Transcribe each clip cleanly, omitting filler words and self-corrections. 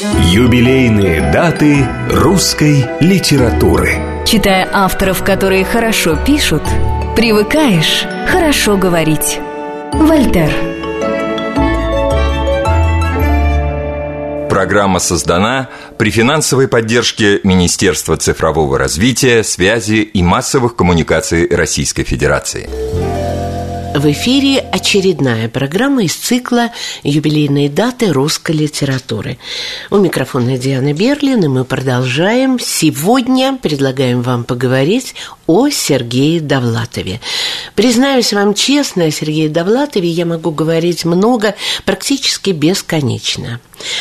Юбилейные даты русской литературы. Читая авторов, которые хорошо пишут, привыкаешь хорошо говорить. Вольтер. Программа создана при финансовой поддержке Министерства цифрового развития, связи и массовых коммуникаций Российской Федерации. В эфире очередная программа из цикла «Юбилейные даты русской литературы». У микрофона Диана Берлин, и мы продолжаем. Сегодня предлагаем вам поговорить о Сергее Довлатове. Признаюсь вам честно, о Сергее Довлатове я могу говорить много, практически бесконечно.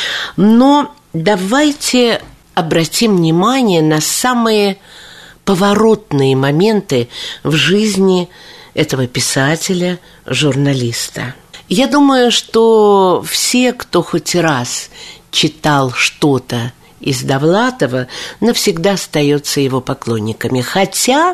Но давайте обратим внимание на самые поворотные моменты в жизни этого писателя, журналиста. Я думаю, что все, кто хоть раз читал что-то из Довлатова, навсегда остаются его поклонниками. Хотя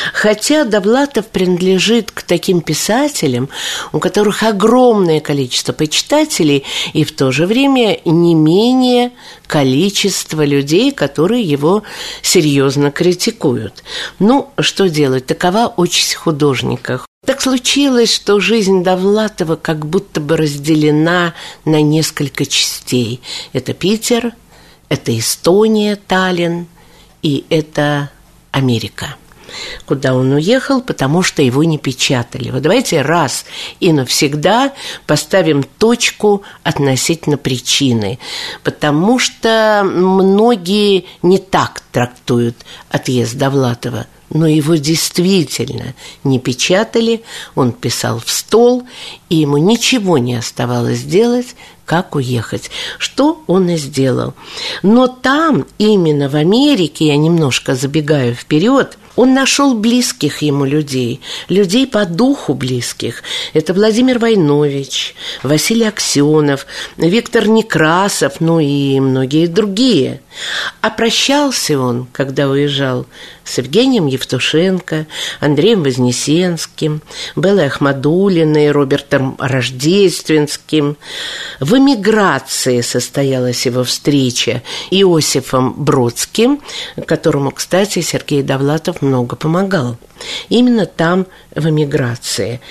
Довлатов принадлежит к таким писателям, у которых огромное количество почитателей, и в то же время не менее количество людей, которые его серьезно критикуют. Ну, что делать? Такова участь художника. Так случилось, что жизнь Довлатова как будто бы разделена на несколько частей. Это Питер, это Эстония, Таллин, и это Америка, куда он уехал, потому что его не печатали. Вот давайте раз и навсегда поставим точку относительно причины, потому что многие не так трактуют отъезд Довлатова. Но его действительно не печатали, он писал в стол, и ему ничего не оставалось делать, как уехать, что он и сделал. Но там, именно в Америке, я немножко забегаю вперед, он нашел близких ему людей, людей по духу близких. Это Владимир Войнович, Василий Аксенов, Виктор Некрасов, ну и многие другие. А прощался он, когда уезжал, с Евгением Евтушенко, Андреем Вознесенским, Беллой Ахмадуллиной, Робертом Рождественским. В эмиграции состоялась его встреча Иосифом Бродским, которому, кстати, Сергей Довлатов много помогал. Именно там, в эмиграции.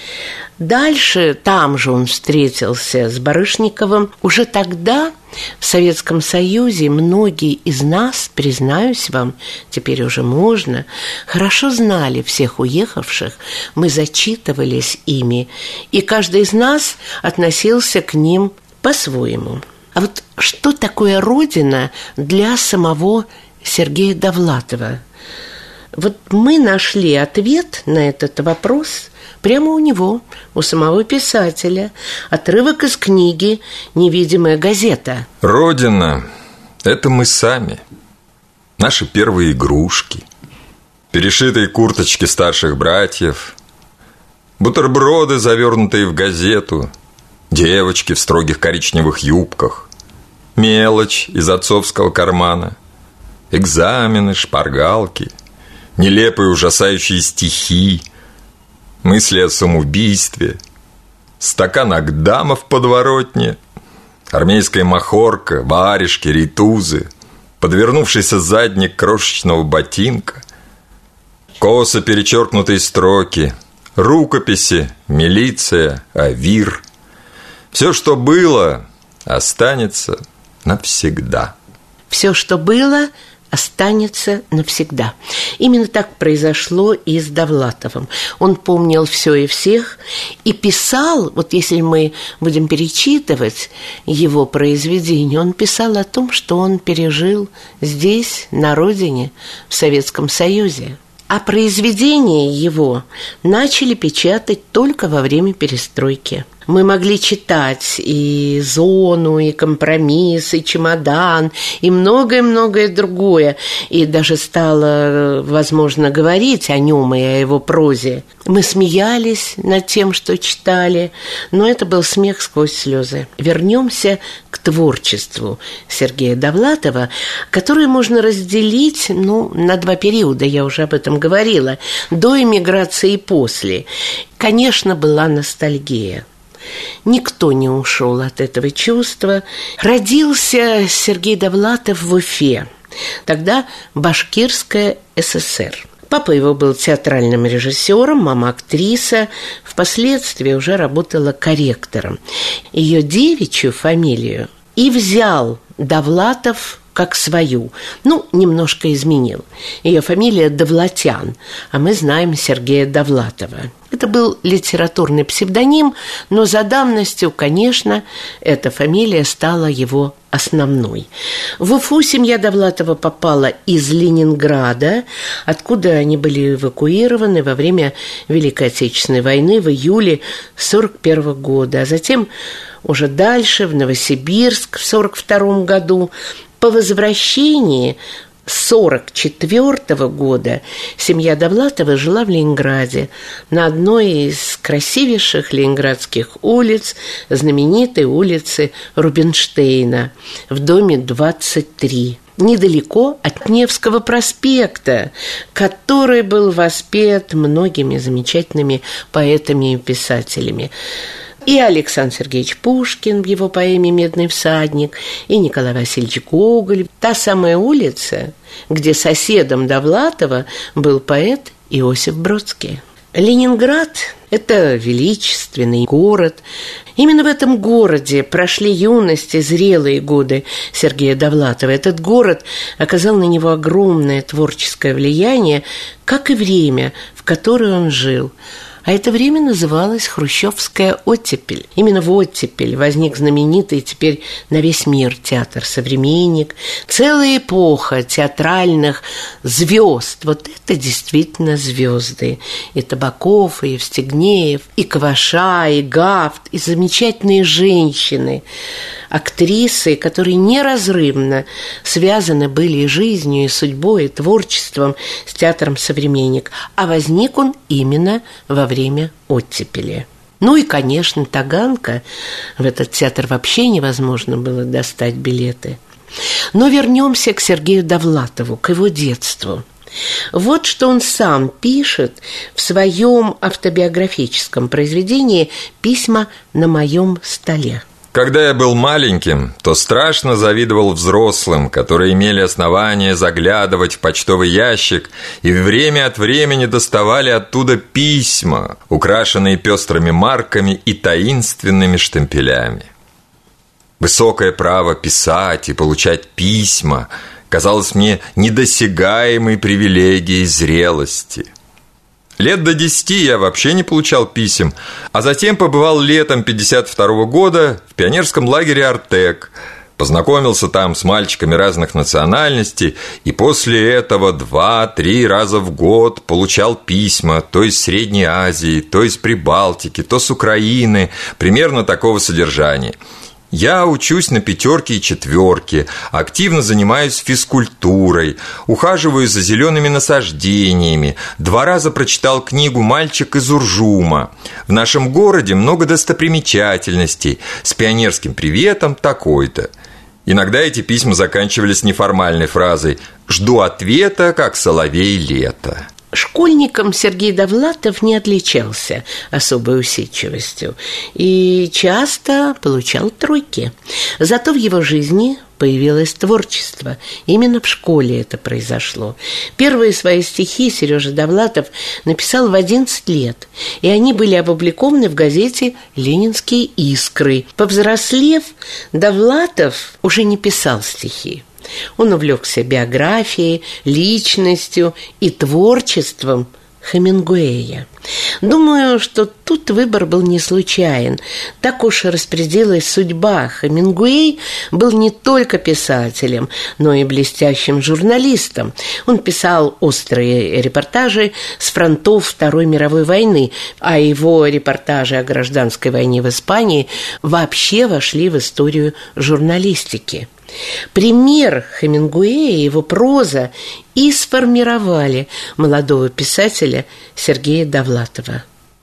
Дальше там же он встретился с Барышниковым. Уже тогда в Советском Союзе многие из нас, признаюсь вам, теперь уже можно, хорошо знали всех уехавших, мы зачитывались ими, и каждый из нас относился к ним по-своему. А вот что такое Родина для самого Сергея Довлатова? Вот мы нашли ответ на этот вопрос прямо у него, у самого писателя. Отрывок из книги «Невидимая газета». Родина – это мы сами, наши первые игрушки, перешитые курточки старших братьев, бутерброды, завернутые в газету, девочки в строгих коричневых юбках, мелочь из отцовского кармана, экзамены, шпаргалки, нелепые ужасающие стихи, мысли о самоубийстве, стакан Агдама в подворотне, армейская махорка, варежки, рейтузы, подвернувшийся задник крошечного ботинка, косо перечеркнутые строки, рукописи, милиция, авир. Все, что было, останется навсегда. Все, что было, останется навсегда. Именно так произошло и с Довлатовым. Он помнил все и всех и писал, вот если мы будем перечитывать его произведения, он писал о том, что он пережил здесь, на родине, в Советском Союзе. А произведения его начали печатать только во время перестройки. Мы могли читать и «Зону», и «Компромисс», и «Чемодан», и многое-многое другое. И даже стало возможно говорить о нем и о его прозе. Мы смеялись над тем, что читали, но это был смех сквозь слезы. Вернемся к творчеству Сергея Довлатова, которое можно разделить на два периода, я уже об этом говорила, до эмиграции и после. Конечно, была ностальгия. Никто не ушел от этого чувства. Родился Сергей Довлатов в Уфе, тогда Башкирская ССР. Папа его был театральным режиссером, мама актриса, впоследствии уже работала корректором. Ее девичью фамилию и взял Довлатов как свою, немножко изменил. Ее фамилия Довлатян, а мы знаем Сергея Довлатова. Это был литературный псевдоним, но за давностью, конечно, эта фамилия стала его основной. В Уфу семья Довлатова попала из Ленинграда, откуда они были эвакуированы во время Великой Отечественной войны в июле 1941 года, а затем уже дальше в Новосибирск в 1942 году. По возвращении 1944 года семья Довлатова жила в Ленинграде на одной из красивейших ленинградских улиц, знаменитой улице Рубинштейна, в доме 23, недалеко от Невского проспекта, который был воспет многими замечательными поэтами и писателями. И Александр Сергеевич Пушкин в его поэме «Медный всадник», и Николай Васильевич Гоголь. Та самая улица, где соседом Довлатова был поэт Иосиф Бродский. Ленинград – это величественный город. Именно в этом городе прошли юность и зрелые годы Сергея Довлатова. Этот город оказал на него огромное творческое влияние, как и время, в которое он жил. А это время называлось «Хрущевская оттепель». Именно в оттепель возник знаменитый теперь на весь мир театр «Современник». Целая эпоха театральных звезд. Вот это действительно звезды. И Табаков, и Евстигнеев, и Кваша, и Гафт, и замечательные женщины, актрисы, которые неразрывно связаны были и жизнью, и судьбой, и творчеством с театром «Современник». А возник он именно во время оттепели. И, конечно, Таганка. В этот театр вообще невозможно было достать билеты. Но вернемся к Сергею Довлатову, к его детству. Вот что он сам пишет в своем автобиографическом произведении «Письма на моем столе». Когда я был маленьким, то страшно завидовал взрослым, которые имели основания заглядывать в почтовый ящик и время от времени доставали оттуда письма, украшенные пестрыми марками и таинственными штемпелями. Высокое право писать и получать письма казалось мне недосягаемой привилегией зрелости. Лет до 10 я вообще не получал писем, а затем побывал летом 1952 года в пионерском лагере «Артек», познакомился там с мальчиками разных национальностей и после этого 2-3 раза в год получал письма то из Средней Азии, то из Прибалтики, то с Украины, примерно такого содержания. Я учусь на 5 и 4, активно занимаюсь физкультурой, ухаживаю за зелеными насаждениями, 2 раза прочитал книгу «Мальчик из Уржума». В нашем городе много достопримечательностей, с пионерским приветом такой-то. Иногда эти письма заканчивались неформальной фразой «Жду ответа, как соловей лето». Школьником Сергей Довлатов не отличался особой усидчивостью и часто получал 3. Зато в его жизни появилось творчество. Именно в школе это произошло. Первые свои стихи Сережа Довлатов написал в 11 лет, и они были опубликованы в газете «Ленинские искры». Повзрослев, Довлатов уже не писал стихи. Он увлекся биографией, личностью и творчеством Хемингуэя. Думаю, что тут выбор был не случайен. Так уж и распорядилась судьба. Хемингуэй был не только писателем, но и блестящим журналистом. Он писал острые репортажи с фронтов Второй мировой войны, а его репортажи о гражданской войне в Испании вообще вошли в историю журналистики. Пример Хемингуэя и его проза и сформировали молодого писателя Сергея Довлатова.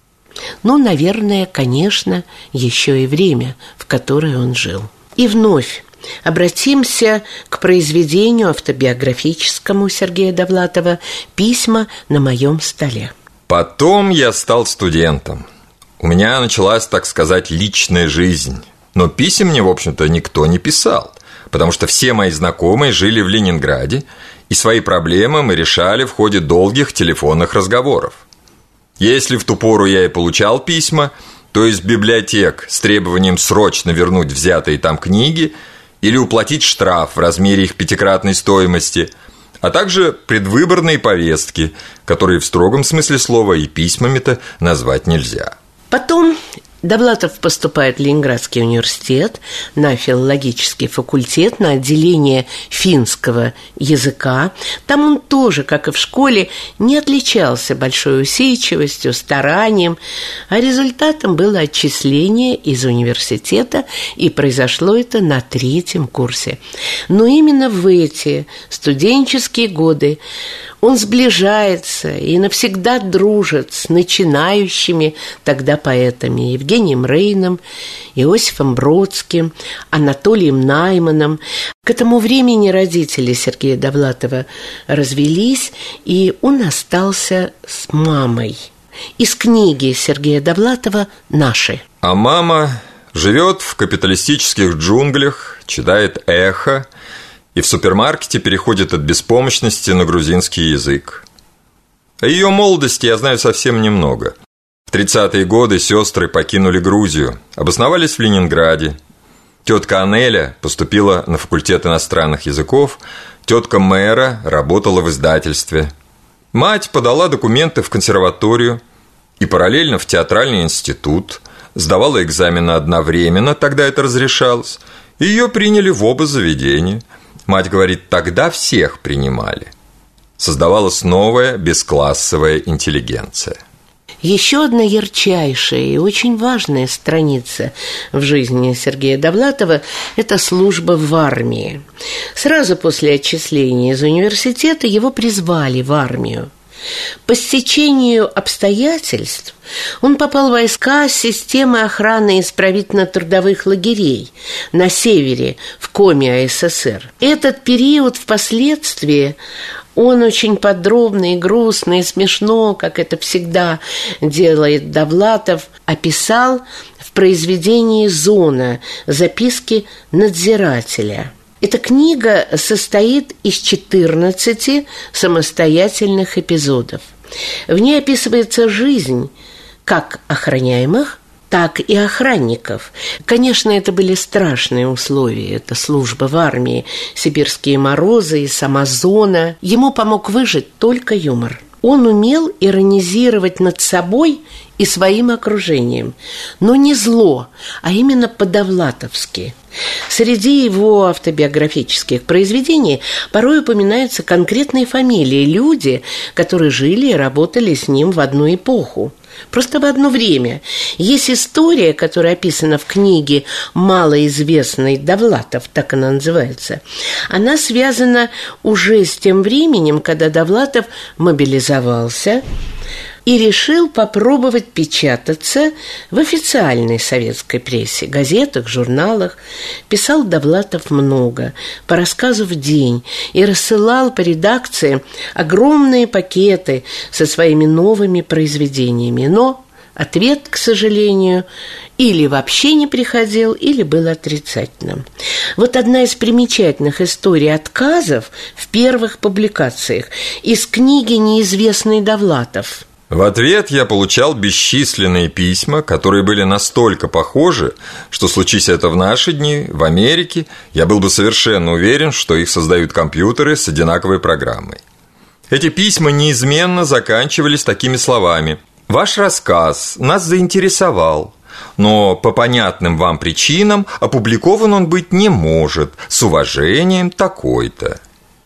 Наверное, конечно, еще и время, в которое он жил. И вновь обратимся к произведению автобиографическому Сергея Довлатова «Письма на моем столе». Потом я стал студентом. У меня началась, так сказать, личная жизнь. Но писем мне, в общем-то, никто не писал, потому что все мои знакомые жили в Ленинграде, и свои проблемы мы решали в ходе долгих телефонных разговоров. Если в ту пору я и получал письма, то из библиотек с требованием срочно вернуть взятые там книги или уплатить штраф в размере их 5-кратной стоимости, а также предвыборные повестки, которые в строгом смысле слова и письмами-то назвать нельзя. Потом Довлатов поступает в Ленинградский университет на филологический факультет, на отделение финского языка. Там он тоже, как и в школе, не отличался большой усидчивостью, старанием, а результатом было отчисление из университета, и произошло это на 3-м курсе. Но именно в эти студенческие годы он сближается и навсегда дружит с начинающими тогда поэтами Евгением Рейном, Иосифом Бродским, Анатолием Найманом. К этому времени родители Сергея Довлатова развелись, и он остался с мамой. Из книги Сергея Довлатова «Наши». А мама живет в капиталистических джунглях, читает «Эхо», и в супермаркете переходит от беспомощности на грузинский язык. О ее молодости я знаю совсем немного. В 30-е годы сестры покинули Грузию, обосновались в Ленинграде. Тетка Анеля поступила на факультет иностранных языков, тетка Мэра работала в издательстве. Мать подала документы в консерваторию и параллельно в театральный институт, сдавала экзамены одновременно, тогда это разрешалось, и ее приняли в оба заведения. Мать говорит, тогда всех принимали. Создавалась новая бесклассовая интеллигенция. Еще одна ярчайшая и очень важная страница в жизни Сергея Довлатова – это служба в армии. Сразу после отчисления из университета его призвали в армию. По стечению обстоятельств он попал в войска системы охраны исправительно-трудовых лагерей на севере, в Коми АССР. Этот период впоследствии он очень подробно и грустно, и смешно, как это всегда делает Довлатов, описал в произведении «Зона. Записки надзирателя». Эта книга состоит из 14 самостоятельных эпизодов. В ней описывается жизнь как охраняемых, так и охранников. Конечно, это были страшные условия. Это служба в армии, сибирские морозы и сама зона. Ему помог выжить только юмор. Он умел иронизировать над собой и своим окружением, но не зло, а именно по-довлатовски. Среди его автобиографических произведений порой упоминаются конкретные фамилии, люди, которые жили и работали с ним в одну эпоху. Просто в одно время. Есть история, которая описана в книге малоизвестной «Довлатов», так она называется. Она связана уже с тем временем, когда Довлатов мобилизовался и решил попробовать печататься в официальной советской прессе, газетах, журналах. Писал Довлатов много, по рассказу в день, и рассылал по редакции огромные пакеты со своими новыми произведениями. Но ответ, к сожалению, или вообще не приходил, или был отрицательным. Вот одна из примечательных историй отказов в первых публикациях из книги «Неизвестный Довлатов». В ответ я получал бесчисленные письма, которые были настолько похожи, что, случись это в наши дни, в Америке, я был бы совершенно уверен, что их создают компьютеры с одинаковой программой. Эти письма неизменно заканчивались такими словами: «Ваш рассказ нас заинтересовал, но по понятным вам причинам опубликован он быть не может, с уважением такой-то».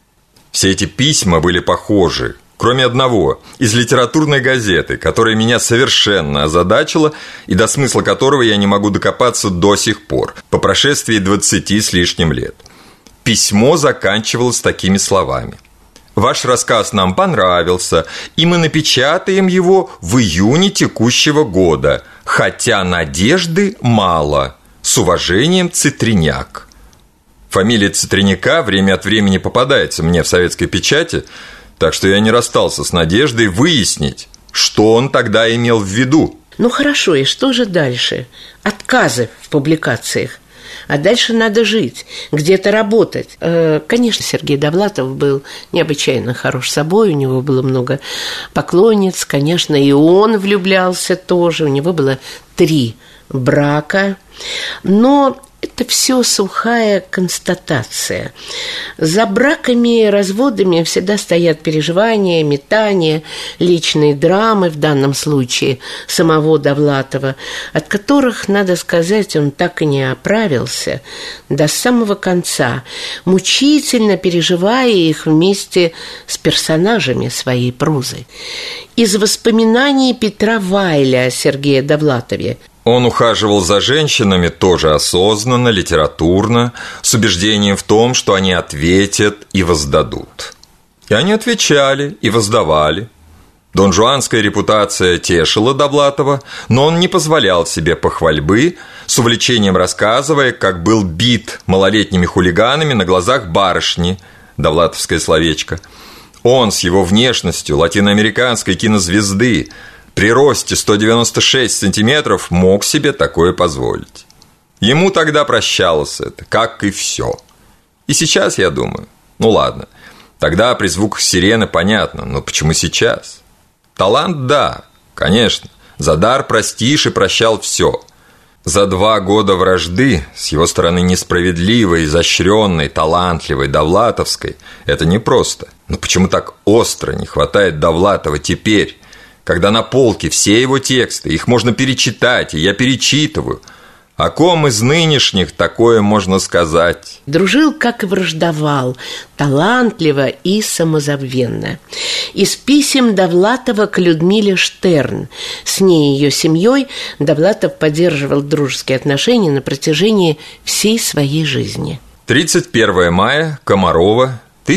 Все эти письма были похожи, кроме одного, из литературной газеты, которая меня совершенно озадачила и до смысла которого я не могу докопаться до сих пор, по прошествии 20 с лишним лет. Письмо заканчивалось такими словами: «Ваш рассказ нам понравился, и мы напечатаем его в июне текущего года, хотя надежды мало. С уважением, Цитриняк». Фамилия Цитриняка время от времени попадается мне в советской печати, так что я не расстался с надеждой выяснить, что он тогда имел в виду. Ну хорошо, и что же дальше? Отказы в публикациях. А дальше надо жить, где-то работать. Конечно, Сергей Довлатов был необычайно хорош собой, у него было много поклонниц, конечно, и он влюблялся тоже, у него было 3 брака, но это все сухая констатация. За браками и разводами всегда стоят переживания, метания, личные драмы, в данном случае самого Довлатова, от которых, надо сказать, он так и не оправился до самого конца, мучительно переживая их вместе с персонажами своей прозы. Из воспоминаний Петра Вайля о Сергее Довлатове: он ухаживал за женщинами тоже осознанно, литературно, с убеждением в том, что они ответят и воздадут. И они отвечали и воздавали. Донжуанская репутация тешила Довлатова, но он не позволял себе похвальбы, с увлечением рассказывая, как был бит малолетними хулиганами на глазах барышни, довлатовское словечко. Он с его внешностью латиноамериканской кинозвезды при росте 196 сантиметров мог себе такое позволить. Ему тогда прощалось это, как и все. И сейчас я думаю, ну ладно, тогда при звуках сирены понятно, но почему сейчас? Талант, да, конечно, за дар простишь и прощал все. За 2 года вражды, с его стороны несправедливой, изощренной, талантливой, довлатовской, это непросто. Но почему так остро не хватает Довлатова теперь, когда на полке все его тексты, их можно перечитать, и я перечитываю? О ком из нынешних такое можно сказать? Дружил, как и враждовал, талантливо и самозабвенно. Из писем Довлатова к Людмиле Штерн. С ней и ее семьей Довлатов поддерживал дружеские отношения на протяжении всей своей жизни. 31 мая, Комарова,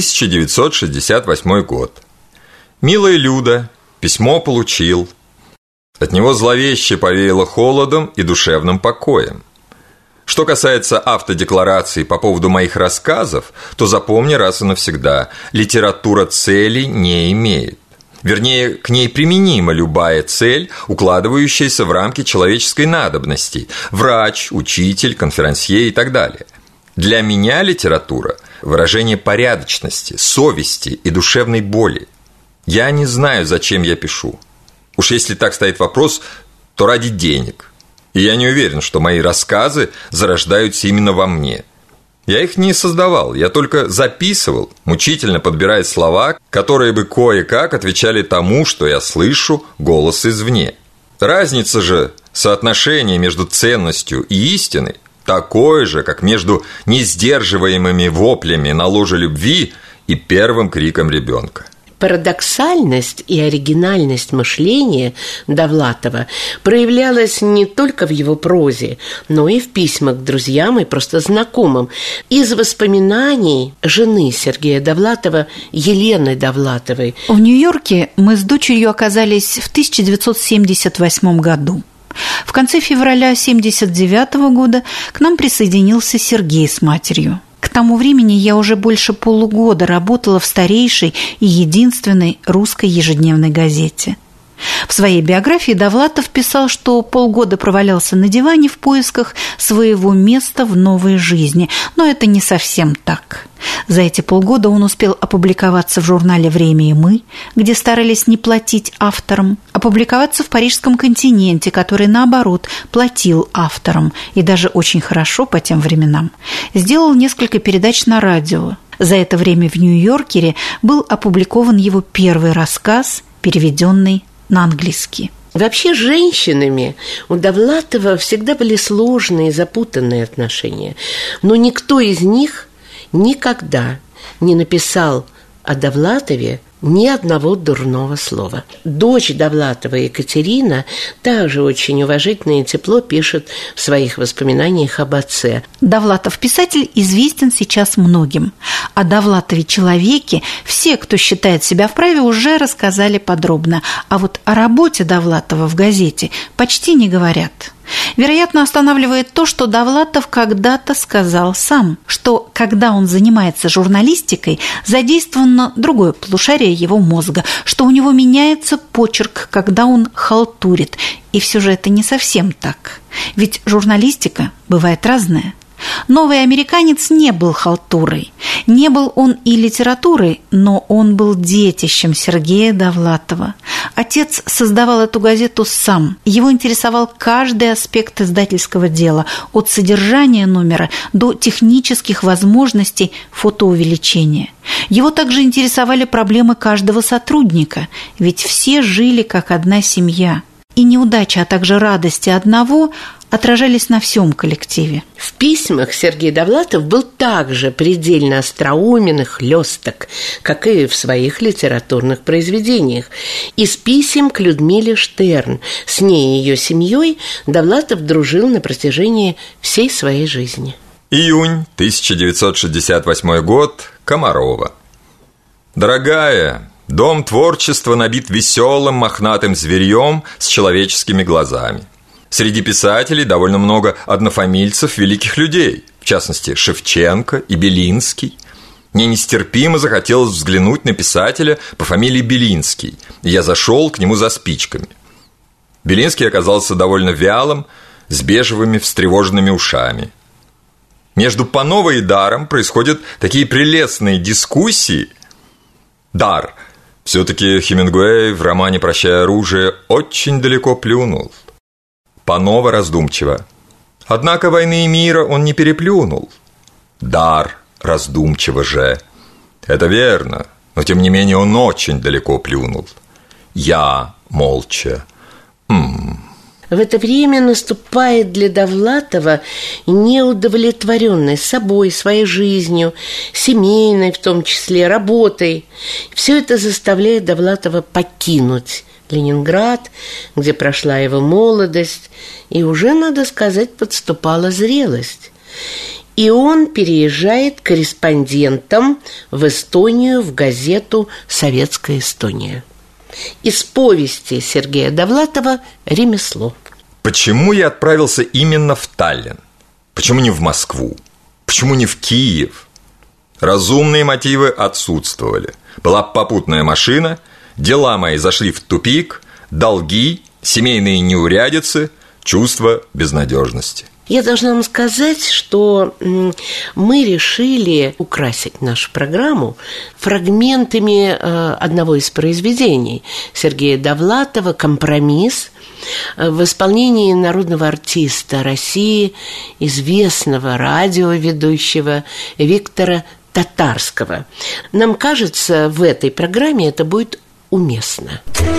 1968 год. «Милая Люда, письмо получил. От него зловеще повеяло холодом и душевным покоем. Что касается автодекларации по поводу моих рассказов, то запомни раз и навсегда: литература цели не имеет. Вернее, к ней применима любая цель, укладывающаяся в рамки человеческой надобности: врач, учитель, конферансье и так далее. Для меня литература – выражение порядочности, совести и душевной боли. Я не знаю, зачем я пишу. Уж если так стоит вопрос, то ради денег. И я не уверен, что мои рассказы зарождаются именно во мне. Я их не создавал, я только записывал, мучительно подбирая слова, которые бы кое-как отвечали тому, что я слышу голос извне. Разница же, соотношение между ценностью и истиной такое же, как между несдерживаемыми воплями на ложе любви и первым криком ребенка. Парадоксальность и оригинальность мышления Довлатова проявлялась не только в его прозе, но и в письмах к друзьям и просто знакомым. Из воспоминаний жены Сергея Довлатова, Елены Довлатовой. В Нью-Йорке мы с дочерью оказались в 1978 году. В конце февраля 1979 года к нам присоединился Сергей с матерью. К тому времени я уже больше полугода работала в старейшей и единственной русской ежедневной газете. В своей биографии Довлатов писал, что полгода провалялся на диване в поисках своего места в новой жизни, но это не совсем так. За эти полгода он успел опубликоваться в журнале «Время и мы», где старались не платить авторам, опубликоваться в «Парижском континенте», который, наоборот, платил авторам, и даже очень хорошо по тем временам. Сделал несколько передач на радио. За это время в «Нью-Йоркере» был опубликован его первый рассказ, переведенный на английский. Вообще, с женщинами у Довлатова всегда были сложные и запутанные отношения, но никто из них никогда не написал о Довлатове ни одного дурного слова. Дочь Довлатова, Екатерина, также очень уважительно и тепло пишет в своих воспоминаниях об отце. Довлатов-писатель известен сейчас многим. О Довлатове-человеке все, кто считает себя вправе, уже рассказали подробно. А вот о работе Довлатова в газете почти не говорят. Вероятно, останавливает то, что Довлатов когда-то сказал сам, что когда он занимается журналистикой, задействовано другое полушарие его мозга, что у него меняется почерк, когда он халтурит. И все же это не совсем так, ведь журналистика бывает разная. «Новый американец» не был халтурой, не был он и литературой, но он был детищем Сергея Довлатова. Отец создавал эту газету сам. Его интересовал каждый аспект издательского дела, от содержания номера до технических возможностей фотоувеличения. Его также интересовали проблемы каждого сотрудника, ведь все жили как одна семья. И неудачи, а также радости одного отражались на всем коллективе. В письмах Сергей Довлатов был также предельно остроумен и хлесток, как и в своих литературных произведениях. Из писем к Людмиле Штерн. С ней и ее семьей Довлатов дружил на протяжении всей своей жизни. Июнь 1968 год. Комарова. Дорогая, дом творчества набит веселым мохнатым зверьем с человеческими глазами. Среди писателей довольно много однофамильцев великих людей, в частности, Шевченко и Белинский. Мне нестерпимо захотелось взглянуть на писателя по фамилии Белинский, и я зашел к нему за спичками. Белинский оказался довольно вялым, с бежевыми встревоженными ушами. Между Пановой и Даром происходят такие прелестные дискуссии. Дар. Все-таки Хемингуэй в романе «Прощай оружие» очень далеко плюнул. Панова раздумчиво. Однако «Войны и мира» он не переплюнул. Дар раздумчиво же. Это верно, но тем не менее он очень далеко плюнул. Я молча. В это время наступает для Довлатова неудовлетворенность собой, своей жизнью, семейной, в том числе работой. Все это заставляет Довлатова покинуть Ленинград, где прошла его молодость, и уже, надо сказать, подступала зрелость. И он переезжает корреспондентом в Эстонию, в газету «Советская Эстония». Из повести Сергея Довлатова «Ремесло». Почему я отправился именно в Таллин? Почему не в Москву? Почему не в Киев? Разумные мотивы отсутствовали. Была попутная машина, дела мои зашли в тупик, долги, семейные неурядицы, чувство безнадежности. Я должна вам сказать, что мы решили украсить нашу программу фрагментами одного из произведений Сергея Довлатова «Компромисс» в исполнении народного артиста России, известного радиоведущего Виктора Татарского. Нам кажется, в этой программе это будет уместно.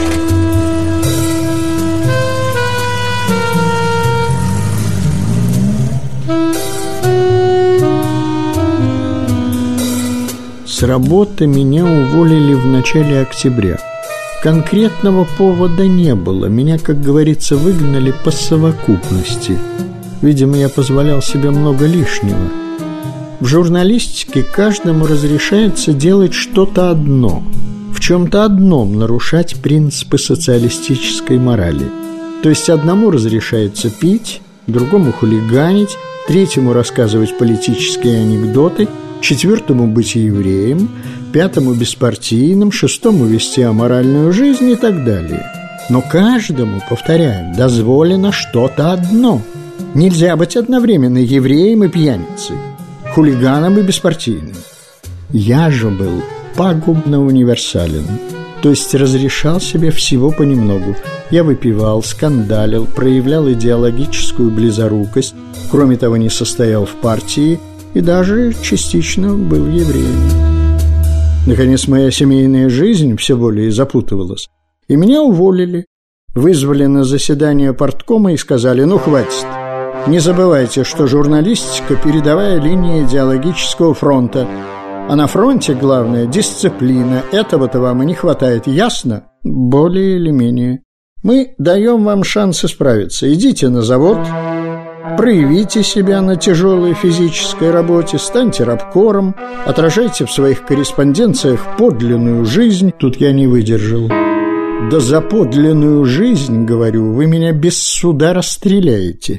С работы меня уволили в начале октября. Конкретного повода не было. Меня, как говорится, выгнали по совокупности. Видимо, я позволял себе много лишнего. В журналистике каждому разрешается делать что-то одно, в чем-то одном нарушать принципы социалистической морали. То есть одному разрешается пить, другому хулиганить, третьему рассказывать политические анекдоты, четвертому быть евреем, пятому беспартийным, шестому вести аморальную жизнь и так далее. Но каждому, повторяю, дозволено что-то одно. Нельзя быть одновременно евреем и пьяницей, хулиганом и беспартийным. Я же был пагубно универсален, то есть разрешал себе всего понемногу. Я выпивал, скандалил, проявлял идеологическую близорукость, кроме того, не состоял в партии и даже частично был евреем. Наконец, моя семейная жизнь все более запутывалась, и меня уволили. Вызвали на заседание парткома и сказали: ну, хватит. Не забывайте, что журналистика – передовая линия идеологического фронта. А на фронте главное – дисциплина. Этого-то вам и не хватает, ясно? Более или менее. Мы даем вам шанс исправиться. Идите на завод, проявите себя на тяжелой физической работе, станьте рабкором, отражайте в своих корреспонденциях подлинную жизнь. Тут я не выдержал. Да за подлинную жизнь, говорю, вы меня без суда расстреляете.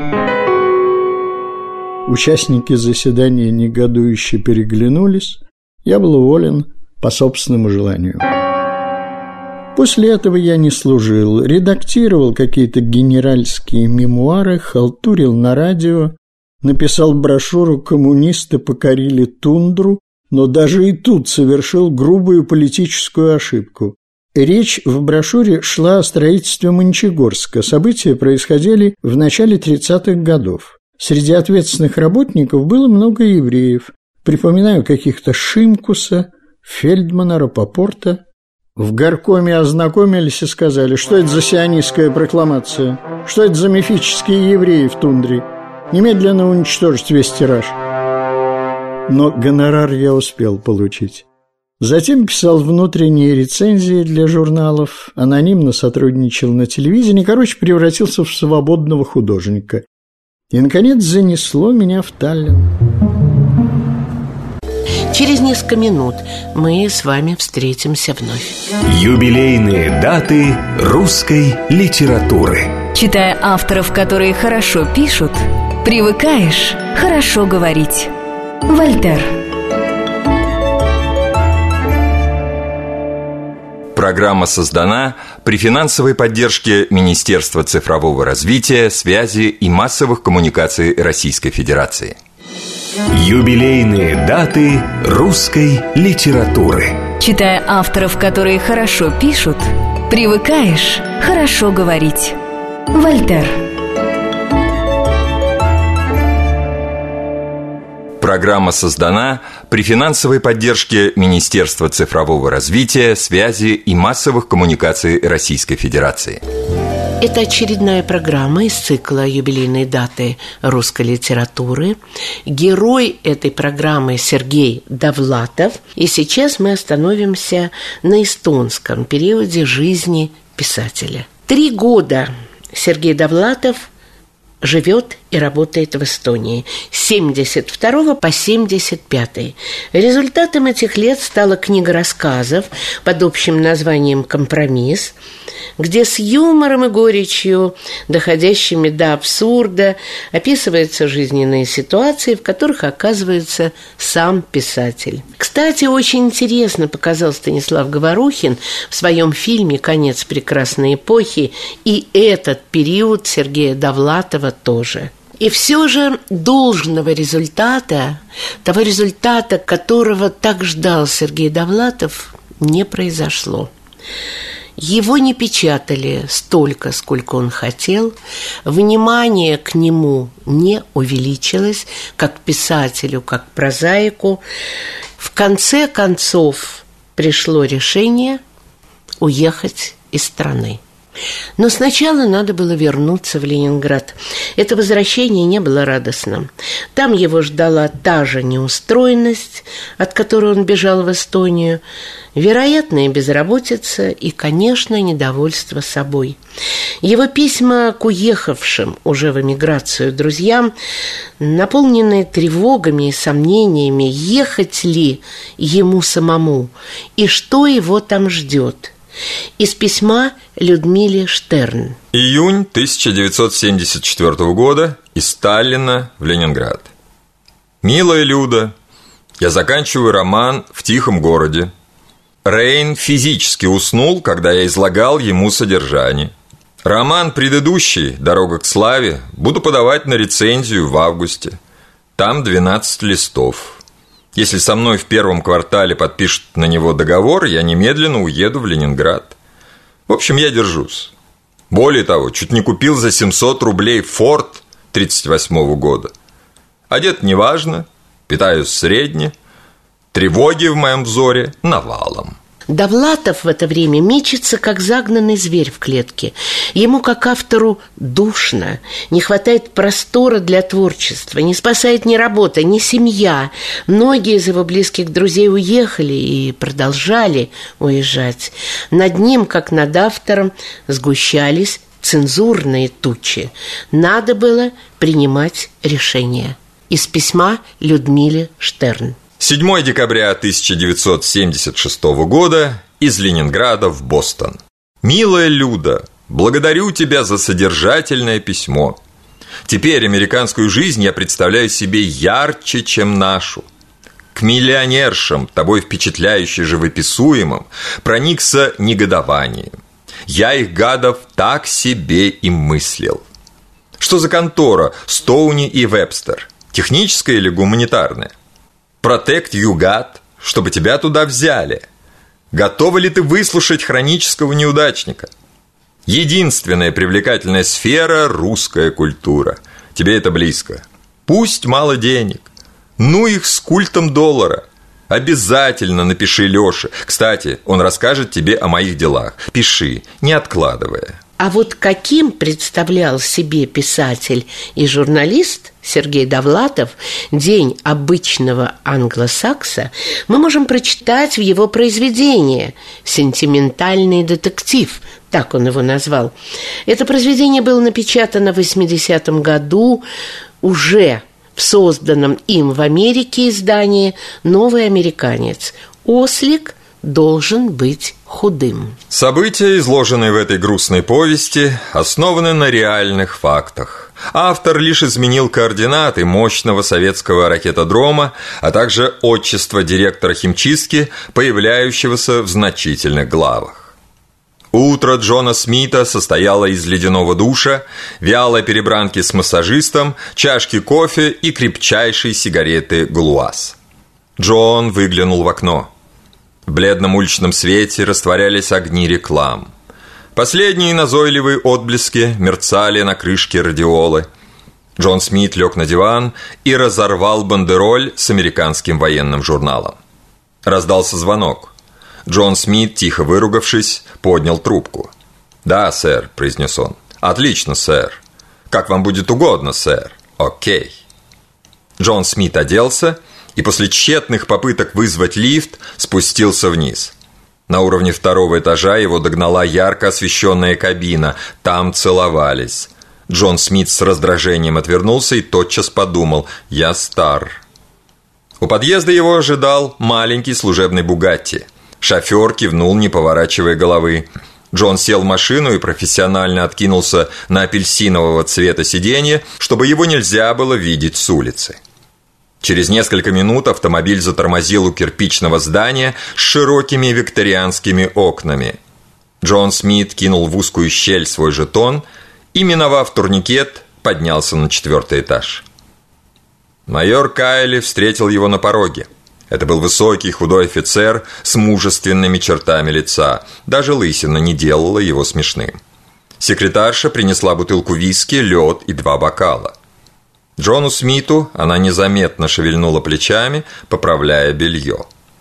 Участники заседания негодующе переглянулись. Я был уволен по собственному желанию. После этого я не служил, редактировал какие-то генеральские мемуары, халтурил на радио, написал брошюру «Коммунисты покорили тундру», но даже и тут совершил грубую политическую ошибку. Речь в брошюре шла о строительстве Мончегорска. События происходили в начале 30-х годов. Среди ответственных работников было много евреев. Припоминаю каких-то Шимкуса, Фельдмана, Рапопорта. В горкоме ознакомились и сказали, что это за сионистская прокламация, что это за мифические евреи в тундре. Немедленно уничтожить весь тираж. Но гонорар я успел получить. Затем писал внутренние рецензии для журналов, анонимно сотрудничал на телевидении, превратился в свободного художника. И, наконец, занесло меня в Таллин. Через несколько минут мы с вами встретимся вновь. Юбилейные даты русской литературы. Читая авторов, которые хорошо пишут, привыкаешь хорошо говорить. Вольтер. Программа создана при финансовой поддержке Министерства цифрового развития, связи и массовых коммуникаций Российской Федерации. Юбилейные даты русской литературы. Читая авторов, которые хорошо пишут, привыкаешь хорошо говорить. Вольтер. Программа создана при финансовой поддержке Министерства цифрового развития, связи и массовых коммуникаций Российской Федерации. Это очередная программа из цикла «Юбилейные даты русской литературы». Герой этой программы Сергей Довлатов. И сейчас мы остановимся на эстонском периоде жизни писателя. 3 года Сергей Довлатов живет и работает в Эстонии с 72 по 75. Результатом этих лет стала книга рассказов под общим названием «Компромисс», где с юмором и горечью, доходящими до абсурда, описываются жизненные ситуации, в которых оказывается сам писатель. Кстати, очень интересно показал Станислав Говорухин в своем фильме «Конец прекрасной эпохи» и этот период Сергея Довлатова тоже. И все же должного результата, того результата, которого так ждал Сергей Довлатов, не произошло. Его не печатали столько, сколько он хотел, внимание к нему не увеличилось, как писателю, как прозаику. В конце концов пришло решение уехать из страны. Но сначала надо было вернуться в Ленинград. Это возвращение не было радостным. Там его ждала та же неустроенность, от которой он бежал в Эстонию, вероятная безработица и, конечно, недовольство собой. Его письма к уехавшим уже в эмиграцию друзьям, наполненные тревогами и сомнениями, ехать ли ему самому и что его там ждет. Из письма Людмиле Штерн. Июнь 1974 года. Из Таллина в Ленинград. Милая Люда, я заканчиваю роман «В тихом городе». Рейн физически уснул, когда я излагал ему содержание. Роман предыдущий «Дорога к славе» буду подавать на рецензию в августе. Там 12 листов. Если со мной в первом квартале подпишут на него договор, я немедленно уеду в Ленинград. В общем, я держусь. Более того, чуть не купил за 700 рублей «Форд» 1938 года. Одет неважно, питаюсь средне, тревоги в моем взоре навалом. Довлатов в это время мечется, как загнанный зверь в клетке. Ему, как автору, душно, не хватает простора для творчества, не спасает ни работа, ни семья. Многие из его близких друзей уехали и продолжали уезжать. Над ним, как над автором, сгущались цензурные тучи. Надо было принимать решение. Из письма Людмиле Штерн. 7 декабря 1976 года из Ленинграда в Бостон. «Милая Люда, благодарю тебя за содержательное письмо. Теперь американскую жизнь я представляю себе ярче, чем нашу. К миллионершам, тобой впечатляюще живописуемым, проникся негодованием. Я их, гадов, так себе и мыслил. Что за контора Стоуни и Вебстер? Техническая или гуманитарная? Protect you, гад, чтобы тебя туда взяли. Готова ли ты выслушать хронического неудачника? Единственная привлекательная сфера – русская культура. Тебе это близко. Пусть мало денег. Ну их с культом доллара. Обязательно напиши Лёше. Кстати, он расскажет тебе о моих делах. Пиши, не откладывая. А вот каким представлял себе писатель и журналист Сергей Довлатов день обычного англосакса, мы можем прочитать в его произведении «Сентиментальный детектив», так он его назвал. Это произведение было напечатано в 80-м году уже в созданном им в Америке издании «Новый американец». Ослик должен быть худым. События, изложенные в этой грустной повести, основаны на реальных фактах. Автор лишь изменил координаты мощного советского ракетодрома, а также отчество директора химчистки, появляющегося в значительных главах. Утро Джона Смита состояло из ледяного душа, вялой перебранки с массажистом, чашки кофе и крепчайшей сигареты «Галуаз». Джон выглянул в окно. В бледном уличном свете растворялись огни реклам. Последние назойливые отблески мерцали на крышке радиолы. Джон Смит лег на диван и разорвал бандероль с американским военным журналом. Раздался звонок. Джон Смит, тихо выругавшись, поднял трубку. «Да, сэр», – произнес он. «Отлично, сэр. Как вам будет угодно, сэр. Окей». Джон Смит оделся и после тщетных попыток вызвать лифт спустился вниз. На уровне второго этажа его догнала ярко освещенная кабина. Там целовались. Джон Смит с раздражением отвернулся и тотчас подумал: «Я стар». У подъезда его ожидал маленький служебный «Бугатти». Шофер кивнул, не поворачивая головы. Джон сел в машину и профессионально откинулся на апельсинового цвета сиденье, чтобы его нельзя было видеть с улицы. Через несколько минут автомобиль затормозил у кирпичного здания с широкими викторианскими окнами. Джон Смит кинул в узкую щель свой жетон и, миновав турникет, поднялся на 4-й этаж. Майор Кайли встретил его на пороге. Это был высокий худой офицер с мужественными чертами лица. Даже лысина не делала его смешным. Секретарша принесла бутылку виски, лед и 2 бокала. Джону Смиту она незаметно шевельнула плечами, поправляя белье.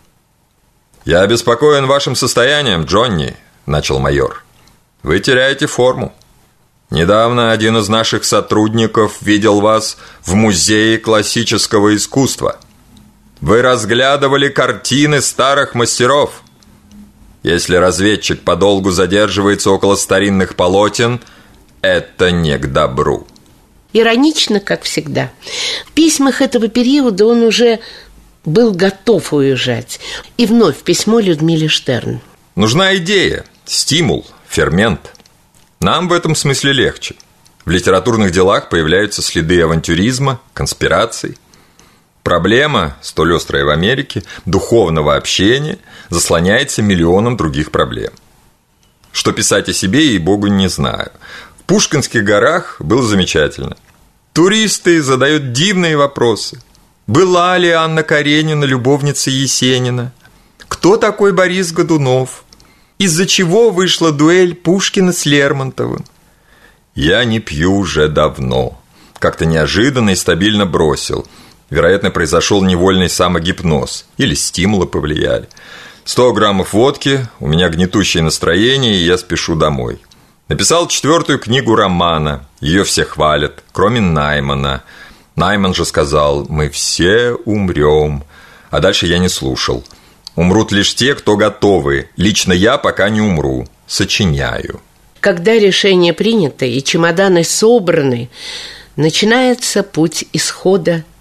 «Я обеспокоен вашим состоянием, Джонни», – начал майор. «Вы теряете форму. Недавно один из наших сотрудников видел вас в музее классического искусства. Вы разглядывали картины старых мастеров. Если разведчик подолгу задерживается около старинных полотен, это не к добру». Иронично, как всегда. В письмах этого периода он уже был готов уезжать. И вновь письмо Людмиле Штерн. «Нужна идея, стимул, фермент. Нам в этом смысле легче. В литературных делах появляются следы авантюризма, конспираций. Проблема, столь острая в Америке, духовного общения заслоняется миллионом других проблем. Что писать о себе, ей-богу, не знаю. В Пушкинских горах было замечательно. Туристы задают дивные вопросы. Была ли Анна Каренина любовницей Есенина? Кто такой Борис Годунов? Из-за чего вышла дуэль Пушкина с Лермонтовым? Я не пью уже давно. Как-то неожиданно и стабильно бросил. Вероятно, произошел невольный самогипноз. Или стимулы повлияли. 100 граммов водки, у меня гнетущее настроение, и я спешу домой. Написал 4-ю книгу романа. Ее все хвалят, кроме Наймана. Найман же сказал: «Мы все умрем». А дальше я не слушал. Умрут лишь те, кто готовы. Лично я пока не умру. Сочиняю. Когда решение принято и чемоданы собраны, начинается путь исхода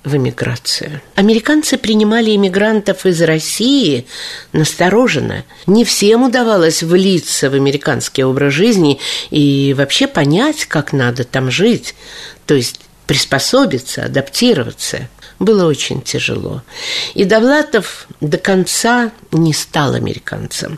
в эмиграцию. Американцы принимали иммигрантов из России настороженно. Не всем удавалось влиться в американский образ жизни и вообще понять, как надо там жить, то есть приспособиться, адаптироваться. Было очень тяжело. И Довлатов до конца не стал американцем.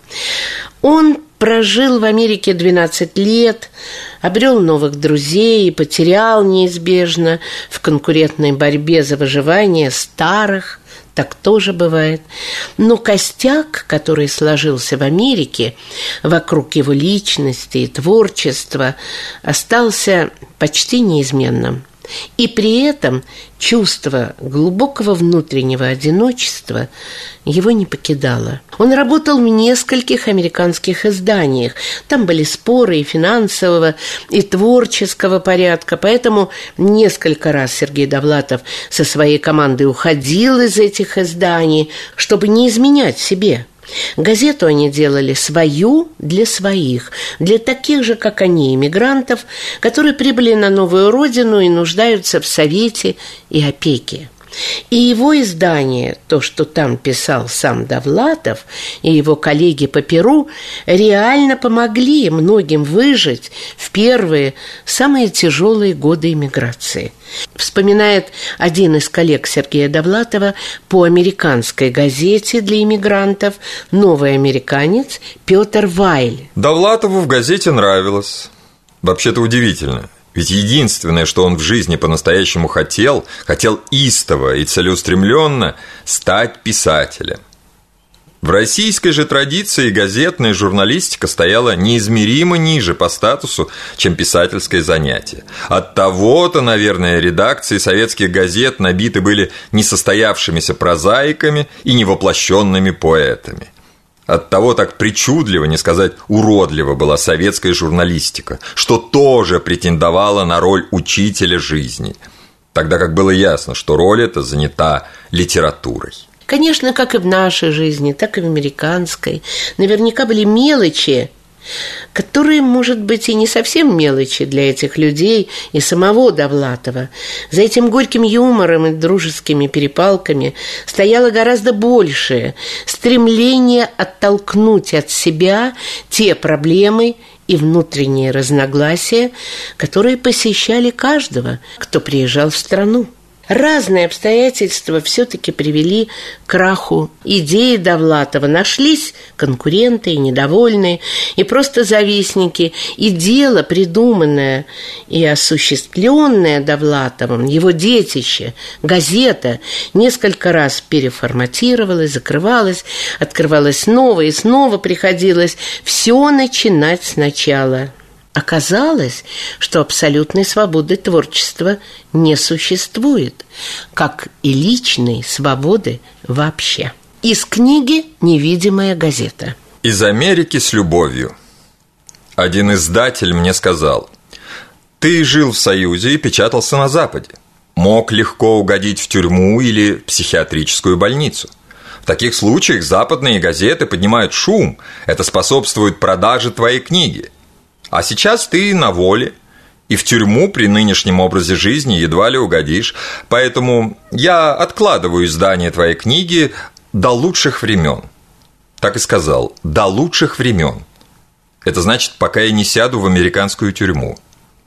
Он прожил в Америке 12 лет, обрел новых друзей и потерял неизбежно в конкурентной борьбе за выживание старых. Так тоже бывает. Но костяк, который сложился в Америке вокруг его личности и творчества, остался почти неизменным. И при этом чувство глубокого внутреннего одиночества его не покидало. Он работал в нескольких американских изданиях. Там были споры и финансового, и творческого порядка. Поэтому несколько раз Сергей Довлатов со своей командой уходил из этих изданий, чтобы не изменять себе. Газету они делали свою для своих, для таких же, как они, иммигрантов, которые прибыли на новую родину и нуждаются в совете и опеке. И его издание, то, что там писал сам Довлатов и его коллеги по перу, реально помогли многим выжить в первые, самые тяжелые годы эмиграции. Вспоминает один из коллег Сергея Довлатова по американской газете для иммигрантов «Новый американец» Петр Вайль. Довлатову в газете нравилось. Вообще-то удивительно. Ведь единственное, что он в жизни по-настоящему хотел истово и целеустремленно стать писателем. В российской же традиции газетная журналистика стояла неизмеримо ниже по статусу, чем писательское занятие. Оттого-то, наверное, редакции советских газет набиты были несостоявшимися прозаиками и невоплощенными поэтами. Оттого так причудливо, не сказать уродливо, была советская журналистика, что тоже претендовала на роль учителя жизни, тогда как было ясно, что роль эта занята литературой. Конечно, как и в нашей жизни, так и в американской, наверняка были мелочи, которые, может быть, и не совсем мелочи для этих людей и самого Довлатова. За этим горьким юмором и дружескими перепалками стояло гораздо большее стремление оттолкнуть от себя те проблемы и внутренние разногласия, которые посещали каждого, кто приезжал в страну. Разные обстоятельства все-таки привели к краху идеи Довлатова. Нашлись конкуренты и недовольные, и просто завистники. И дело, придуманное и осуществленное Довлатовым, его детище, газета, несколько раз переформатировалось, закрывалось, открывалось снова, и снова приходилось все начинать сначала. Оказалось, что абсолютной свободы творчества не существует, как и личной свободы вообще. Из книги «Невидимая газета». Из Америки с любовью. Один издатель мне сказал: «Ты жил в Союзе и печатался на Западе. Мог легко угодить в тюрьму или в психиатрическую больницу. В таких случаях западные газеты поднимают шум. Это способствует продаже твоей книги. А сейчас ты на воле, и в тюрьму при нынешнем образе жизни едва ли угодишь. Поэтому я откладываю издание твоей книги до лучших времен». Так и сказал: «До лучших времен». Это значит, пока я не сяду в американскую тюрьму.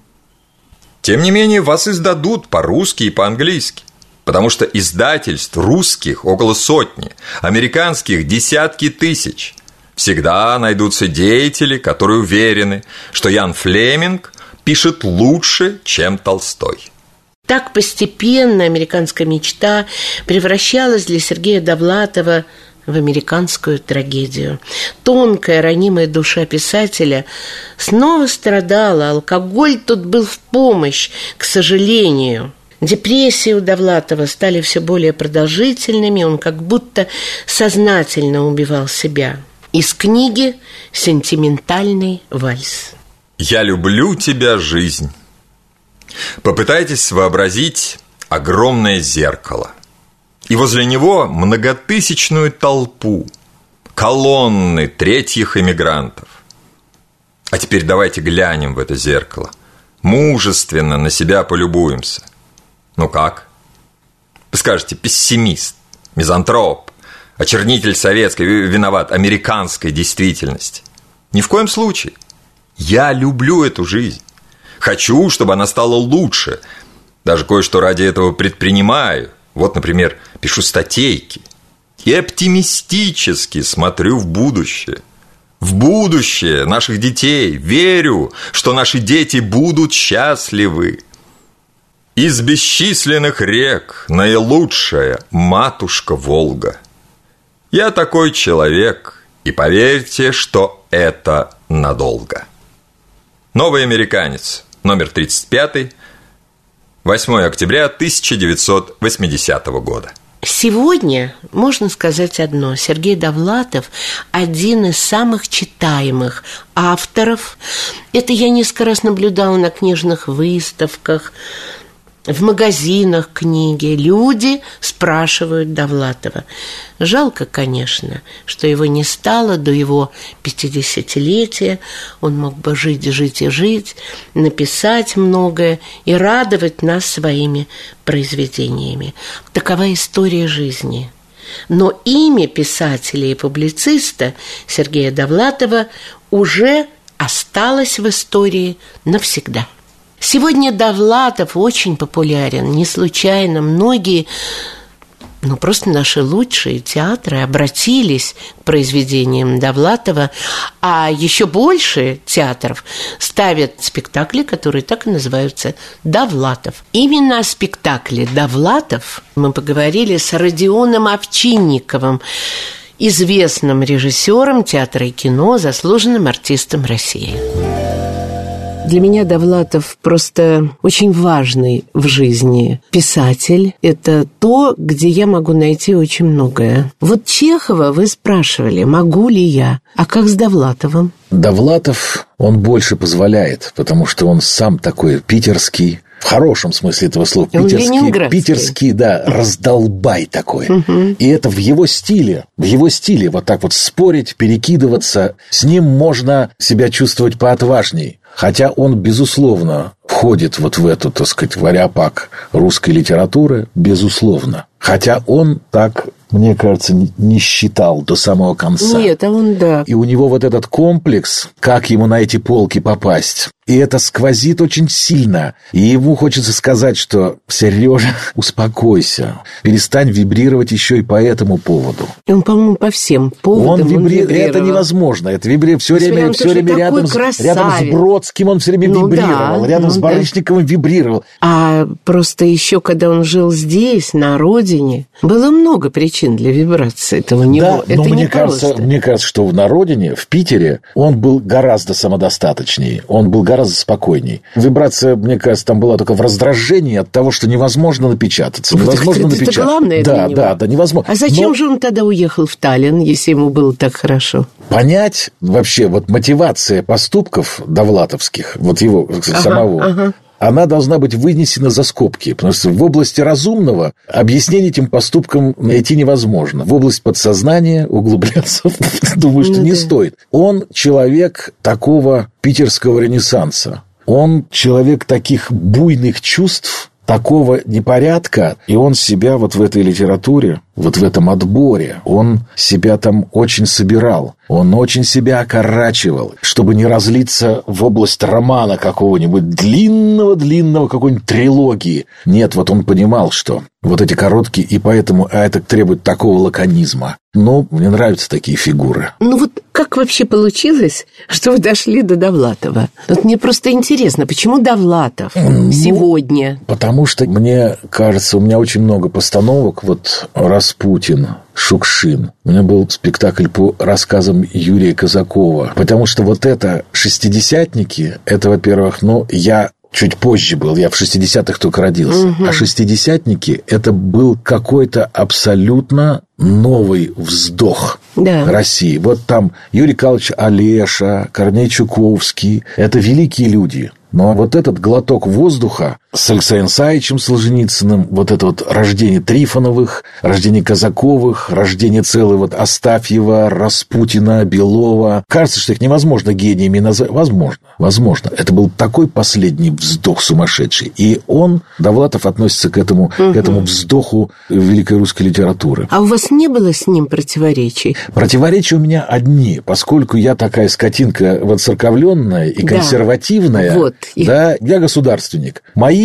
Тем не менее, вас издадут по-русски и по-английски, потому что издательств русских около сотни, американских десятки тысяч. Всегда найдутся деятели, которые уверены, что Ян Флеминг пишет лучше, чем Толстой. Так постепенно американская мечта превращалась для Сергея Довлатова в американскую трагедию. Тонкая, ранимая душа писателя снова страдала, алкоголь тут был в помощь, к сожалению. Депрессии у Довлатова стали все более продолжительными, он как будто сознательно убивал себя. Из книги «Сентиментальный вальс». «Я люблю тебя, жизнь». Попытайтесь вообразить огромное зеркало, и возле него многотысячную толпу, колонны третьих эмигрантов. А теперь давайте глянем в это зеркало, мужественно на себя полюбуемся. Ну как? Вы скажете, пессимист, мизантроп, очернитель советской, виноват, американской действительности. Ни в коем случае. Я люблю эту жизнь. Хочу, чтобы она стала лучше. Даже кое-что ради этого предпринимаю. Вот, например, пишу статейки. И оптимистически смотрю в будущее. В будущее наших детей. Верю, что наши дети будут счастливы. Из бесчисленных рек наилучшая матушка Волга. Я такой человек, и поверьте, что это надолго. Новый американец, номер 35, 8 октября 1980 года. Сегодня можно сказать одно. Сергей Довлатов – один из самых читаемых авторов. Это я несколько раз наблюдала на книжных выставках, в магазинах книги. Люди спрашивают Довлатова. Жалко, конечно, что его не стало до его 50-летия. Он мог бы жить, жить и жить, написать многое и радовать нас своими произведениями. Такова история жизни. Но имя писателя и публициста Сергея Довлатова уже осталось в истории навсегда. Сегодня Довлатов очень популярен. Не случайно многие, просто наши лучшие театры обратились к произведениям Довлатова, а еще больше театров ставят спектакли, которые так и называются «Довлатов». Именно о спектакле «Довлатов» мы поговорили с Родионом Овчинниковым, известным режиссером театра и кино, заслуженным артистом России. Для меня Довлатов просто очень важный в жизни писатель. Это то, где я могу найти очень многое. Вот Чехова вы спрашивали, могу ли я, а как с Довлатовым? Довлатов, он больше позволяет, потому что он сам такой питерский, в хорошем смысле этого слова, питерский, да, раздолбай такой. И это в его стиле, вот так вот спорить, перекидываться, с ним можно себя чувствовать поотважней. Хотя он, безусловно, входит вот в эту, так сказать, в ареопаг русской литературы, безусловно. Хотя он так, мне кажется, не считал до самого конца. Нет, а он да. И у него вот этот комплекс, как ему на эти полки попасть, и это сквозит очень сильно. И ему хочется сказать, что Сережа, успокойся, перестань вибрировать еще и по этому поводу. И он, по-моему, по всем поводам он вибрировал. Это невозможно. Это все время рядом с Бродским он все время вибрировал, рядом с Барышниковым вибрировал. А просто еще, когда он жил здесь, на родине, было много причин для вибрации этого него. Да, это но мне кажется, что на родине, в Питере, он был гораздо самодостаточнее, он был гораздо спокойней. Вибрация, мне кажется, там была только в раздражении от того, что невозможно напечататься. Невозможно напечатать. Это главное для него. Да, невозможно. А зачем же он тогда уехал в Таллин, если ему было так хорошо? Понять вообще вот мотивация поступков довлатовских, вот его самого, она должна быть вынесена за скобки, потому что в области разумного объяснение этим поступкам найти невозможно. В область подсознания углубляться, думаю, что не стоит. Он человек такого питерского ренессанса. Он человек таких буйных чувств, такого непорядка, и он себя вот в этой литературе, вот в этом отборе, он себя там очень собирал, он очень себя окорачивал, чтобы не разлиться в область романа какого-нибудь длинного какой-нибудь трилогии. Нет, вот он понимал, что вот эти короткие, и поэтому это требует такого лаконизма. Но мне нравятся такие фигуры. Вот как вообще получилось, что вы дошли до Довлатова? Вот мне просто интересно, почему Довлатов сегодня? Потому что, мне кажется, у меня очень много постановок, вот Распутин, Шукшин. У меня был спектакль по рассказам Юрия Казакова. Потому что вот это «Шестидесятники», это, во-первых, я чуть позже был, я в 60-х только родился. А «Шестидесятники» – это был какой-то абсолютно новый вздох России. Вот там Юрий Карлович Олеша, Корней Чуковский – это великие люди. Но вот этот глоток воздуха с Алексеем Саичем Солженицыным, вот это вот рождение Трифоновых, рождение Казаковых, рождение целой вот Астафьева, Распутина, Белова. Кажется, что их невозможно гениями назвать. Возможно. Это был такой последний вздох сумасшедший. И он, Довлатов, относится к этому вздоху великой русской литературы. А у вас не было с ним противоречий? Противоречия у меня одни. Поскольку я такая скотинка воцерковленная и консервативная, вот. Да, я государственник.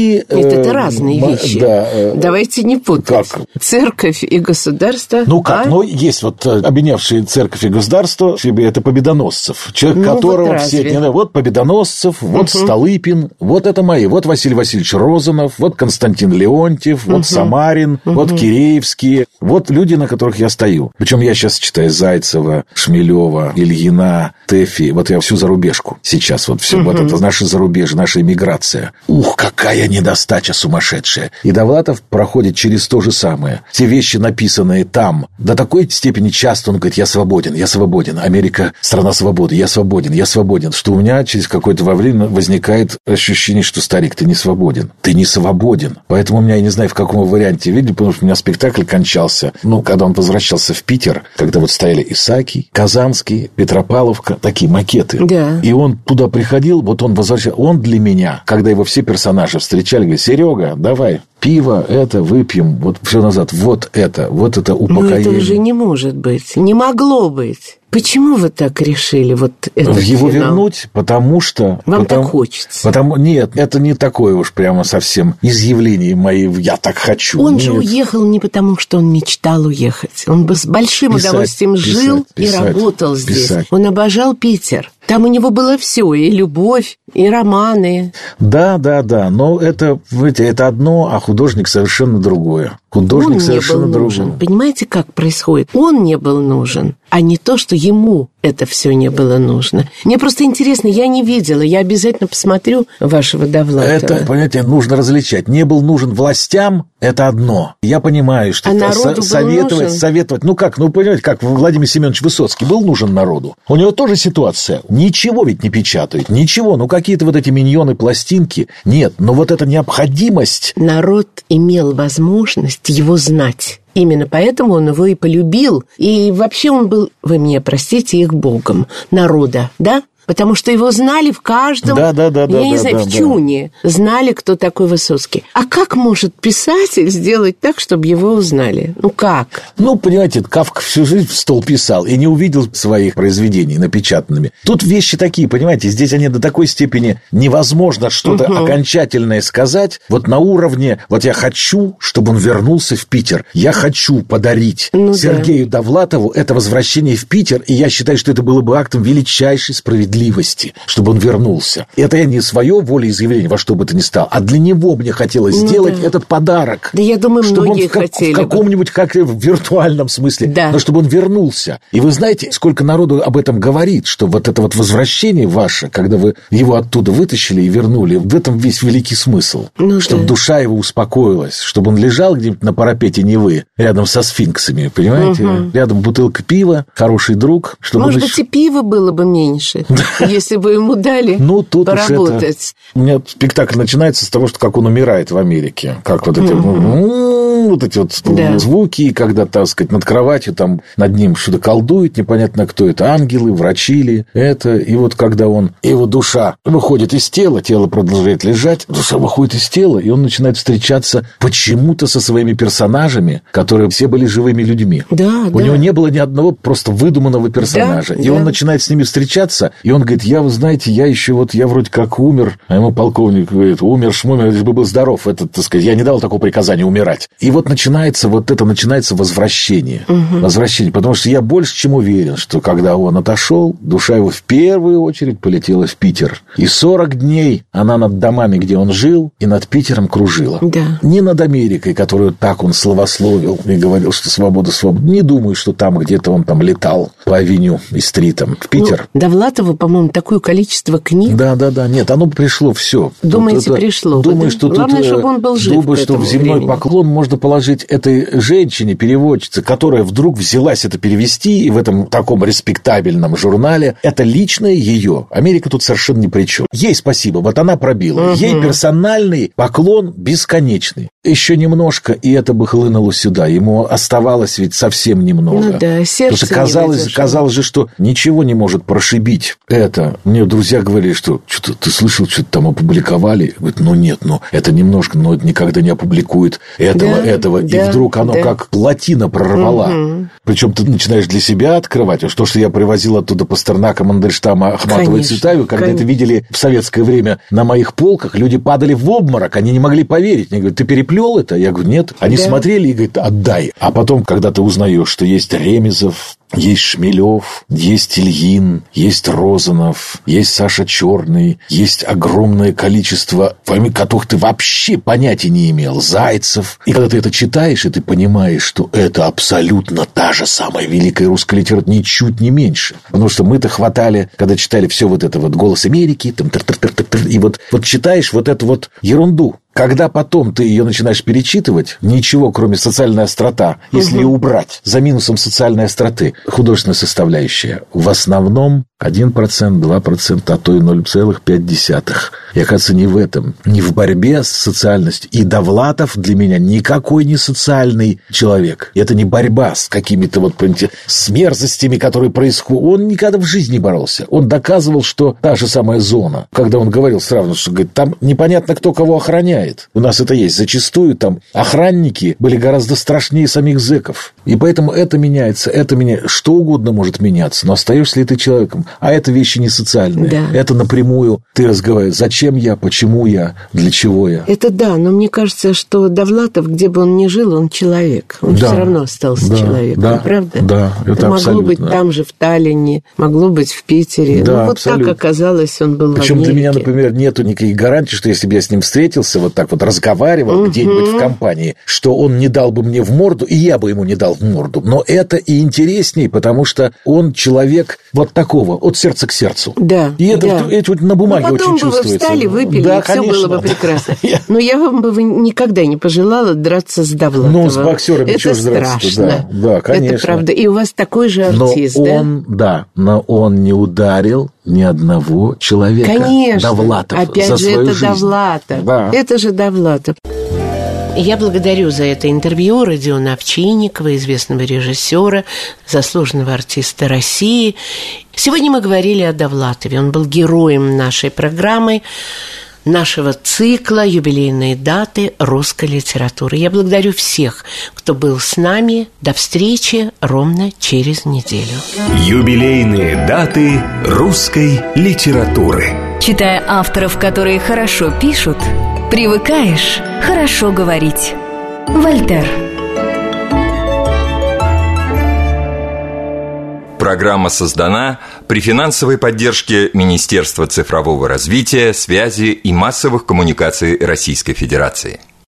Это разные вещи. Да, давайте не путать. Как? Церковь и государство. Ну как? Ну, есть вот объединявшие церковь и государство, это Победоносцев. Человек, которого вот все... Вот Победоносцев, вот Столыпин, вот это мои. Вот Василий Васильевич Розанов, вот Константин Леонтьев, вот Самарин, вот Киреевские. Вот люди, на которых я стою. Причем я сейчас читаю Зайцева, Шмелева, Ильина, Тэфи. Вот я всю зарубежку сейчас. Вот все. Вот это наши зарубежье, наша эмиграция. Ух, какая недостача сумасшедшая. И Довлатов проходит через то же самое. Те вещи, написанные там, до такой степени часто он говорит: я свободен. Америка – страна свободы. Я свободен. Что у меня через какое-то время возникает ощущение, что, старик, ты не свободен. Поэтому у меня, я не знаю, в каком варианте видели, потому что у меня спектакль кончался. Когда он возвращался в Питер, когда вот стояли Исаакий, Казанский, Петропавловка, такие макеты. Да. И он туда приходил, вот он возвращался. Он для меня, когда его все персонажи встречали, говорит: Серега, давай, пиво, это выпьем, вот все назад, вот это упокоение. Но это уже не может быть, не могло быть. Почему вы так решили вот этот его финал? Вернуть, потому что... Вам так хочется. Нет, это не такое уж прямо совсем изъявление мои «я так хочу». Он же уехал не потому, что он мечтал уехать. Он бы с большим удовольствием жил и работал здесь. Он обожал Питер. Там у него было все, и любовь, и романы. Да, но это одно, а художник совершенно другое. Художник совершенно другой. Понимаете, как происходит? Он не был нужен, а не то, что ему это все не было нужно. Мне просто интересно, я не видела, я обязательно посмотрю вашего Довлатова. Это, понимаете, нужно различать. Не был нужен властям, это одно. Я понимаю, что советовать. Понимаете, как Владимир Семенович Высоцкий был нужен народу. У него тоже ситуация. Ничего ведь не печатают, ничего. Какие-то вот эти миньоны, пластинки. Нет, но вот эта необходимость... Народ имел возможность его знать. Именно поэтому он его и полюбил. И вообще он был, вы мне простите, их богом народа, да? Потому что его знали в каждом, в чуне. Знали, кто такой Высоцкий. А как может писатель сделать так, чтобы его узнали? Как? Понимаете, Кафка всю жизнь в стол писал и не увидел своих произведений напечатанными. Тут вещи такие, понимаете, здесь они до такой степени невозможно что-то окончательное сказать. Вот на уровне, вот я хочу, чтобы он вернулся в Питер. Я хочу подарить Сергею Довлатову это возвращение в Питер, и я считаю, что это было бы актом величайшей справедливости, чтобы он вернулся. Это я не свое волеизъявление во что бы то ни стало, а для него мне хотелось сделать этот подарок. Да, я думаю, чтобы многие хотели в каком-нибудь, как в виртуальном смысле, но чтобы он вернулся. И вы знаете, сколько народу об этом говорит, что вот это вот возвращение ваше, когда вы его оттуда вытащили и вернули, в этом весь великий смысл. Чтобы душа его успокоилась, чтобы он лежал где-нибудь на парапете Невы, рядом со сфинксами, понимаете? Рядом бутылка пива, хороший друг. Может быть, и пива было бы меньше. Если бы ему дали поработать. У меня спектакль начинается с того, что как он умирает в Америке. Как вот эти звуки, когда, так сказать, над кроватью, там над ним что-то колдует, непонятно кто это, ангелы, врачи ли это. И вот когда его душа выходит из тела, тело продолжает лежать, душа выходит из тела, и он начинает встречаться почему-то со своими персонажами, которые все были живыми людьми. У него не было ни одного просто выдуманного персонажа. И он начинает с ними встречаться, и он говорит: вы знаете, я вроде как умер, а ему полковник говорит: умер-шмумер, лишь бы был здоров. Это, так сказать, я не давал такого приказания умирать. И вот начинается возвращение. Возвращение, потому что я больше чем уверен, что когда он отошел, душа его в первую очередь полетела в Питер. И 40 дней она над домами, где он жил, и над Питером кружила. Не над Америкой, которую так он славословил и говорил, что свобода. Не думаю, что там где-то он там летал по авеню и стритам в Питер. Довлатову, по-моему, такое количество книг. Да. Нет, оно пришло все. Думаете, пришло? Думаю, что главное, чтобы он был жив. Думаю, что в земной поклон можно положить этой женщине, переводчице, которая вдруг взялась это перевести, и в этом таком респектабельном журнале, это личное ее. Америка тут совершенно ни при чем. Ей спасибо, вот она пробила. Ей персональный поклон бесконечный. Еще немножко, и это бы хлынуло сюда. Ему оставалось ведь совсем немного. Ну да, сердце. Потому что казалось же, что ничего не может прошибить это. Мне друзья говорили, что что-то ты слышал, что-то там опубликовали. Говорит, ну нет, это немножко, но это никогда не опубликует этого. Да, и вдруг оно как плотина прорвала. Причем ты начинаешь для себя открывать. Уж то, что я привозил оттуда Пастернака, Мандельштама, Ахматова и Цветаеву, когда это видели в советское время на моих полках, люди падали в обморок, они не могли поверить. Они говорят, ты переплел это? Я говорю, нет. Они смотрели и говорят, отдай. А потом, когда ты узнаешь, что есть Ремезов, есть Шмелев, есть Ильин, есть Розанов, есть Саша Черный, есть огромное количество, которых ты вообще понятия не имел, Зайцев. И когда ты это читаешь, и ты понимаешь, что это абсолютно та же самая великая русская литература, ничуть не меньше. Потому что мы-то хватали, когда читали все вот это вот «Голос Америки», там, и вот читаешь вот эту вот ерунду. Когда потом ты ее начинаешь перечитывать, ничего, кроме социальной острота, если ее убрать, за минусом социальной остроты, художественная составляющая, в основном 1%, 2%, а то и 0,5%. И, оказывается, не в этом, не в борьбе с социальностью. И Довлатов для меня никакой не социальный человек. Это не борьба с какими-то вот, понимаете, с мерзостями, которые происходят. Он никогда в жизни не боролся. Он доказывал, что та же самая зона, когда он говорил сразу, что говорит, там непонятно, кто кого охраняет. У нас это есть. Зачастую там охранники были гораздо страшнее самих зэков. И поэтому это меняется, что угодно может меняться. Но остаешься ли ты человеком? А это вещи не социальные. Да. Это напрямую ты разговариваешь. Зачем я, почему я, для чего я. Это да, но мне кажется, что Довлатов, где бы он ни жил, он человек. Он все равно остался человеком, правда? Да, это могло быть там же, в Таллине, могло быть в Питере. Да, вот так оказалось, он был Причем в Америке. для меня, например, нету никаких гарантий, что если бы я с ним встретился, вот так вот разговаривал где-нибудь в компании, что он не дал бы мне в морду, и я бы ему не дал в морду. Но это и интересней, потому что он человек вот такого, от сердца к сердцу. Да. И это вот на бумаге очень чувствуется. Потом бы вы встали, выпили, и все было бы прекрасно. Но я вам бы никогда не пожелала драться с Довлатовым. Ну, с боксерами чего же драться? Страшно. Да, конечно. Это правда. И у вас такой же артист, но он не ударил ни одного человека. Конечно. Довлатов. Опять за же, свою это жизнь. Довлатов. Да. Это же Довлатов. Я благодарю за это интервью Родиона Овчинникова, известного режиссера, заслуженного артиста России. Сегодня мы говорили о Довлатове. Он был героем нашей программы, нашего цикла «Юбилейные даты русской литературы». Я благодарю всех, кто был с нами. До встречи ровно через неделю. Юбилейные даты русской литературы. Читая авторов, которые хорошо пишут, привыкаешь хорошо говорить. Вольтер. Программа создана при финансовой поддержке Министерства цифрового развития, связи и массовых коммуникаций Российской Федерации.